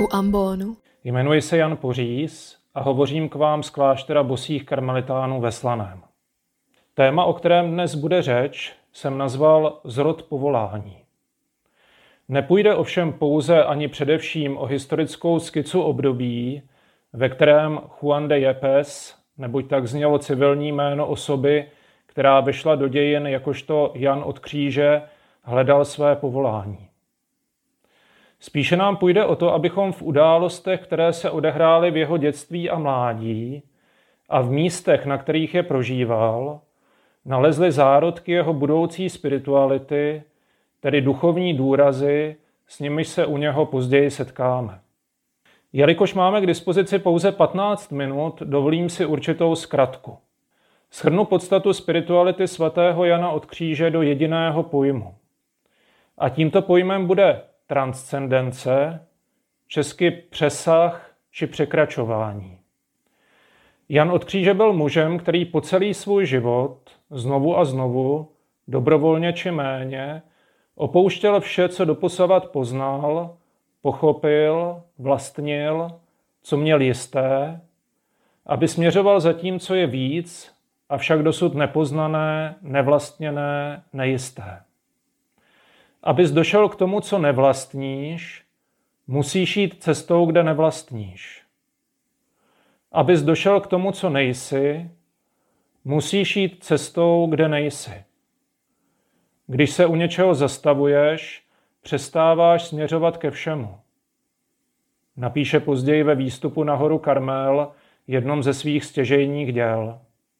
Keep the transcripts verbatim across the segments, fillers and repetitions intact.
u ambonu. Jmenuji se Jan Poříz a hovořím k vám z kláštera bosých karmelitánů ve Slaném. Téma, o kterém dnes bude řeč, jsem nazval Zrod povolání. Nepůjde ovšem pouze ani především o historickou skicu období, ve kterém Juan de Yepes, neboť tak znělo civilní jméno osoby, která vešla do dějin jakožto Jan od kříže, hledal své povolání. Spíše nám půjde o to, abychom v událostech, které se odehrály v jeho dětství a mládí a v místech, na kterých je prožíval, nalezli zárodky jeho budoucí spirituality, tedy duchovní důrazy, s nimiž se u něho později setkáme. Jelikož máme k dispozici pouze patnáct minut, dovolím si určitou zkratku. Shrnu podstatu spirituality svatého Jana od kříže do jediného pojmu. A tímto pojmem bude transcendence, česky přesah či překračování. Jan od kříže byl mužem, který po celý svůj život, znovu a znovu, dobrovolně či méně, opouštěl vše, co doposavat poznal, pochopil, vlastnil, co měl jisté, aby směřoval za tím, co je víc, avšak dosud nepoznané, nevlastněné, nejisté. Abys došel k tomu, co nevlastníš, musíš jít cestou, kde nevlastníš. Abys došel k tomu, co nejsi, musíš jít cestou, kde nejsi. Když se u něčeho zastavuješ, přestáváš směřovat ke všemu. Napíše později ve výstupu na horu Karmel jednom ze svých stěžejních děl.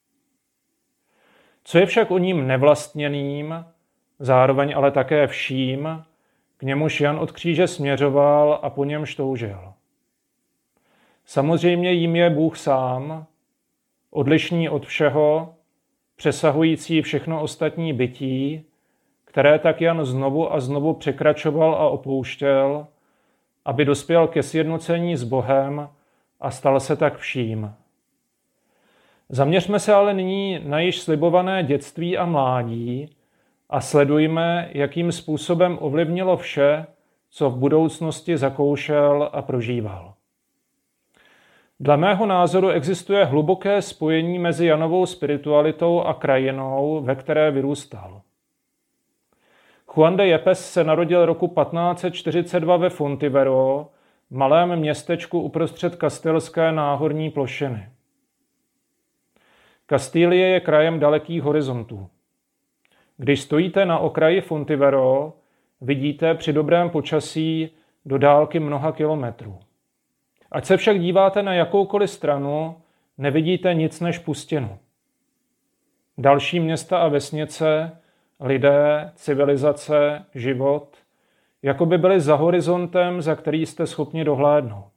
Co je však o ním nevlastněným, zároveň ale také vším, k němuž Jan od kříže směřoval a po němž toužil. Samozřejmě jím je Bůh sám, odlišný od všeho, přesahující všechno ostatní bytí, které tak Jan znovu a znovu překračoval a opouštěl, aby dospěl ke sjednocení s Bohem a stal se tak vším. Zaměřme se ale nyní na již slibované dětství a mládí a sledujme, jakým způsobem ovlivnilo vše, co v budoucnosti zakoušel a prožíval. Dle mého názoru existuje hluboké spojení mezi Janovou spiritualitou a krajinou, ve které vyrůstal. Juan de Yepes se narodil roku patnáct set čtyřicet dva ve Fontivero, malém městečku uprostřed kastilské náhorní plošiny. Kastílie je krajem dalekých horizontů. Když stojíte na okraji Fontivero, vidíte při dobrém počasí do dálky mnoha kilometrů. Ať se však díváte na jakoukoliv stranu, nevidíte nic než pustinu. Další města a vesnice, lidé, civilizace, život, jako by byly za horizontem, za který jste schopni dohlédnout.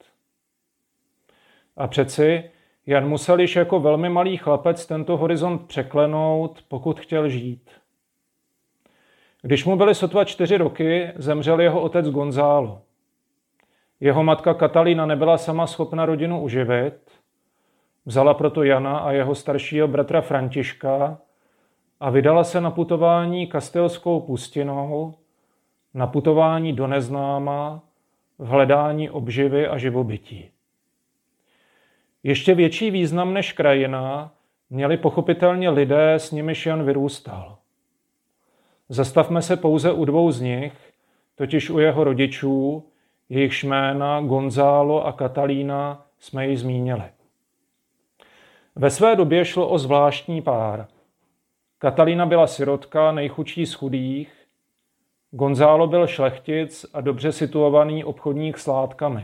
A přeci Jan musel již jako velmi malý chlapec tento horizont překlenout, pokud chtěl žít. Když mu byly sotva čtyři roky, zemřel jeho otec Gonzalo. Jeho matka Katalína nebyla sama schopna rodinu uživit, vzala proto Jana a jeho staršího bratra Františka a vydala se na putování kastilskou pustinou, na putování do neznáma, v hledání obživy a živobytí. Ještě větší význam než krajina měli pochopitelně lidé, s nimiž Jan vyrůstal. Zastavme se pouze u dvou z nich, totiž u jeho rodičů, jejichž jména Gonzalo a Katalína jsme již zmínili. Ve své době šlo o zvláštní pár. Katalína byla sirotka, nejchudší z chudých, Gonzalo byl šlechtic a dobře situovaný obchodník s látkami.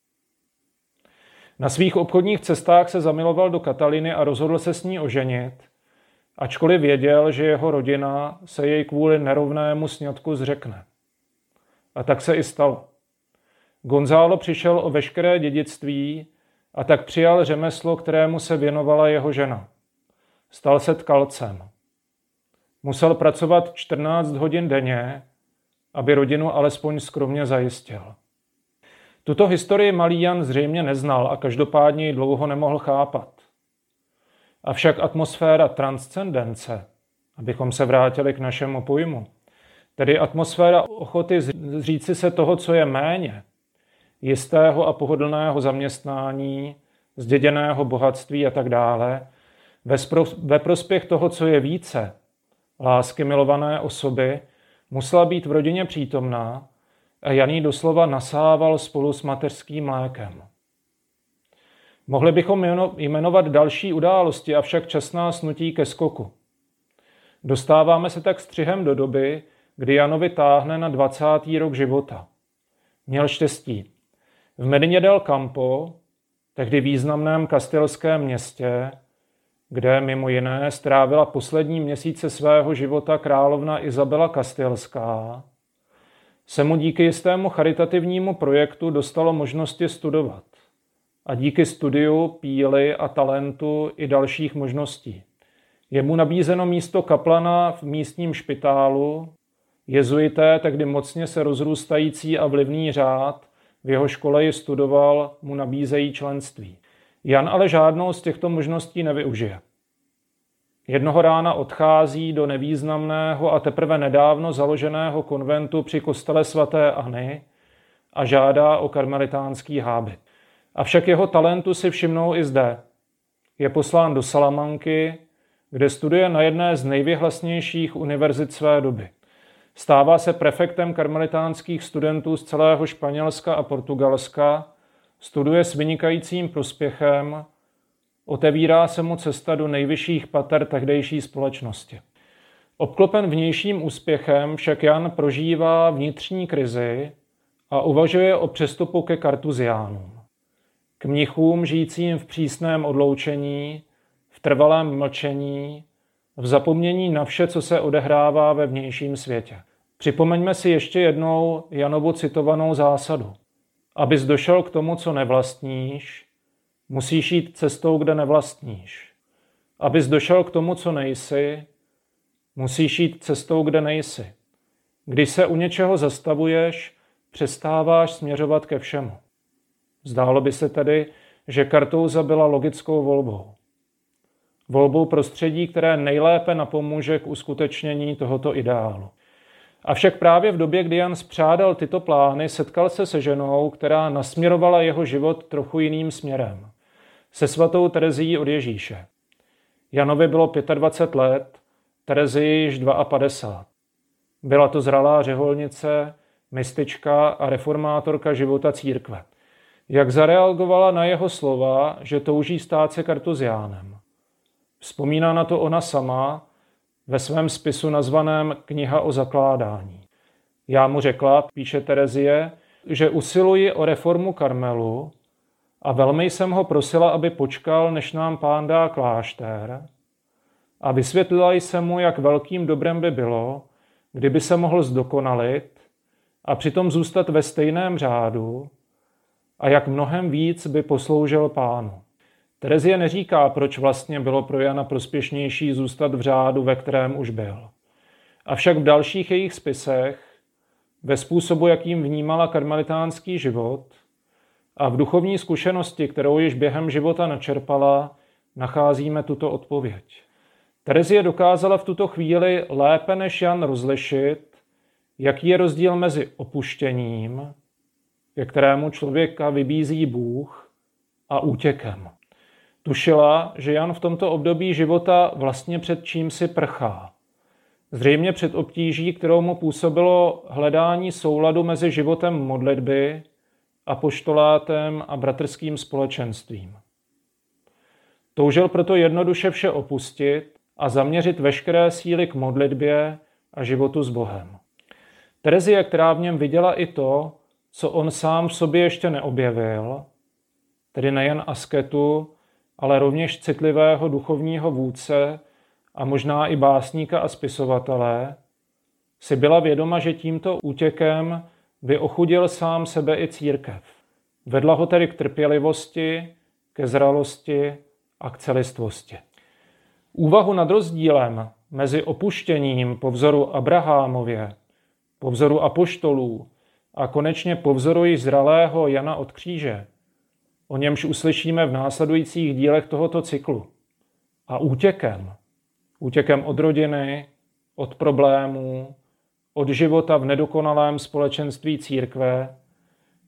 Na svých obchodních cestách se zamiloval do Kataliny a rozhodl se s ní oženit, ačkoliv věděl, že jeho rodina se jej kvůli nerovnému sňatku zřekne. A tak se i stalo. Gonzalo přišel o veškeré dědictví a tak přijal řemeslo, kterému se věnovala jeho žena. Stal se tkalcem. Musel pracovat čtrnáct hodin denně, aby rodinu alespoň skromně zajistil. Tuto historii malý Jan zřejmě neznal a každopádně ji dlouho nemohl chápat. Avšak atmosféra transcendence, abychom se vrátili k našemu pojmu, tedy atmosféra ochoty zříci se toho, co je méně, jistého a pohodlného zaměstnání, zděděného bohatství a tak dále, ve prospěch toho, co je více, lásky milované osoby, musela být v rodině přítomná a Jan ji doslova nasával spolu s mateřským mlékem. Mohli bychom jmenovat další události, avšak čas nás nutí ke skoku. Dostáváme se tak střihem do doby, kdy Janovi táhne na dvacátý rok života. Měl štěstí. V Medina del Campo, tehdy významném kastilském městě, kde mimo jiné strávila poslední měsíce svého života královna Izabela Kastilská, se mu díky jistému charitativnímu projektu dostalo možnosti studovat. A díky studiu, píly a talentu i dalších možností. Je mu nabízeno místo kaplana v místním špitálu, jezuité, tehdy mocně se rozrůstající a vlivný řád, v jeho škole ji studoval, mu nabízejí členství. Jan ale žádnou z těchto možností nevyužije. Jednoho rána odchází do nevýznamného a teprve nedávno založeného konventu při kostele svaté Anny a žádá o karmelitánský hábit. Avšak jeho talentu si všimnou i zde. Je poslán do Salamanky, kde studuje na jedné z nejvyhlasnějších univerzit své doby. Stává se prefektem karmelitánských studentů z celého Španělska a Portugalska, studuje s vynikajícím prospěchem, otevírá se mu cesta do nejvyšších pater tehdejší společnosti. Obklopen vnějším úspěchem však Jan prožívá vnitřní krizi a uvažuje o přestupu ke kartuziánům. K mnichům žijícím v přísném odloučení, v trvalém mlčení, v zapomnění na vše, co se odehrává ve vnějším světě. Připomeňme si ještě jednou Janovu citovanou zásadu. Abys došel k tomu, co nevlastníš, musíš jít cestou, kde nevlastníš. Abys došel k tomu, co nejsi, musíš jít cestou, kde nejsi. Když se u něčeho zastavuješ, přestáváš směřovat ke všemu. Zdálo by se tedy, že kartouza byla logickou volbou. Volbou prostředí, které nejlépe napomůže k uskutečnění tohoto ideálu. Avšak právě v době, kdy Jan spřádal tyto plány, setkal se se ženou, která nasměrovala jeho život trochu jiným směrem. Se svatou Terezií od Ježíše. Janovi bylo dvacet pět let, Terezii již padesát dva. Byla to zralá řeholnice, mystička a reformátorka života církve. Jak zareagovala na jeho slova, že touží stát se kartuziánem. Vzpomíná na to ona sama ve svém spisu nazvaném Kniha o zakládání. Já mu řekla, píše Terezie, že usiluji o reformu Karmelu a velmi jsem ho prosila, aby počkal, než nám Pán dá klášter, a vysvětlila jsem mu, jak velkým dobrem by bylo, kdyby se mohl zdokonalit a přitom zůstat ve stejném řádu a jak mnohem víc by posloužil Pánu. Terezie neříká, proč vlastně bylo pro Jana prospěšnější zůstat v řádu, ve kterém už byl. Avšak v dalších jejich spisech, ve způsobu, jakým vnímala karmelitánský život a v duchovní zkušenosti, kterou již během života načerpala, nacházíme tuto odpověď. Terezie dokázala v tuto chvíli lépe než Jan rozlišit, jaký je rozdíl mezi opuštěním, ke kterému člověka vybízí Bůh, a útěkem. Tušila, že Jan v tomto období života vlastně před čím si prchá. Zřejmě před obtíží, kterou mu působilo hledání souladu mezi životem modlitby, apoštolátem a bratrským společenstvím. Toužil proto jednoduše vše opustit a zaměřit veškeré síly k modlitbě a životu s Bohem. Terezie, která v něm viděla i to, co on sám v sobě ještě neobjevil, tedy nejen asketu, ale rovněž citlivého duchovního vůdce a možná i básníka a spisovatele, si byla vědoma, že tímto útěkem by ochudil sám sebe i církev. Vedla ho tedy k trpělivosti, ke zralosti a k celistvosti. Úvahu nad rozdílem mezi opuštěním po vzoru Abrahamově, po vzoru apoštolů a konečně po vzoru již zralého Jana od kříže, o němž uslyšíme v následujících dílech tohoto cyklu. A útěkem, útěkem od rodiny, od problémů, od života v nedokonalém společenství církve,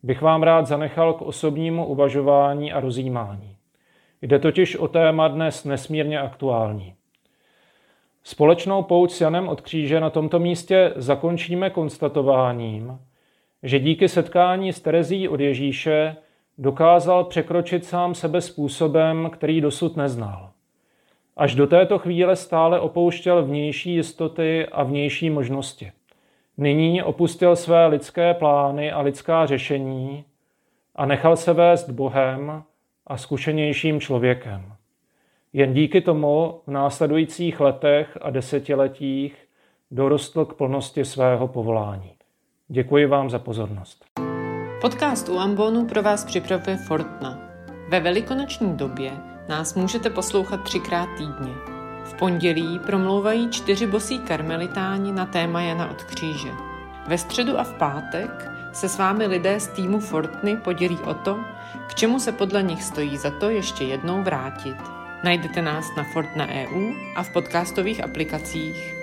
bych vám rád zanechal k osobnímu uvažování a rozjímání. Jde totiž o téma dnes nesmírně aktuální. Společnou pouť s Janem od kříže na tomto místě zakončíme konstatováním, že díky setkání s Terezí od Ježíše dokázal překročit sám sebe způsobem, který dosud neznal. Až do této chvíle stále opouštěl vnější jistoty a vnější možnosti. Nyní opustil své lidské plány a lidská řešení a nechal se vést Bohem a zkušenějším člověkem. Jen díky tomu v následujících letech a desetiletích dorostl k plnosti svého povolání. Děkuji vám za pozornost. Podcast u Ambonu pro vás připravuje Fortna. Ve velikonoční době nás můžete poslouchat třikrát týdně. V pondělí promlouvají čtyři bosí karmelitáni na téma Jana od kříže. Ve středu a v pátek se s vámi lidé z týmu Fortny podělí o to, k čemu se podle nich stojí za to ještě jednou vrátit. Najdete nás na Fortna tečka e u a v podcastových aplikacích.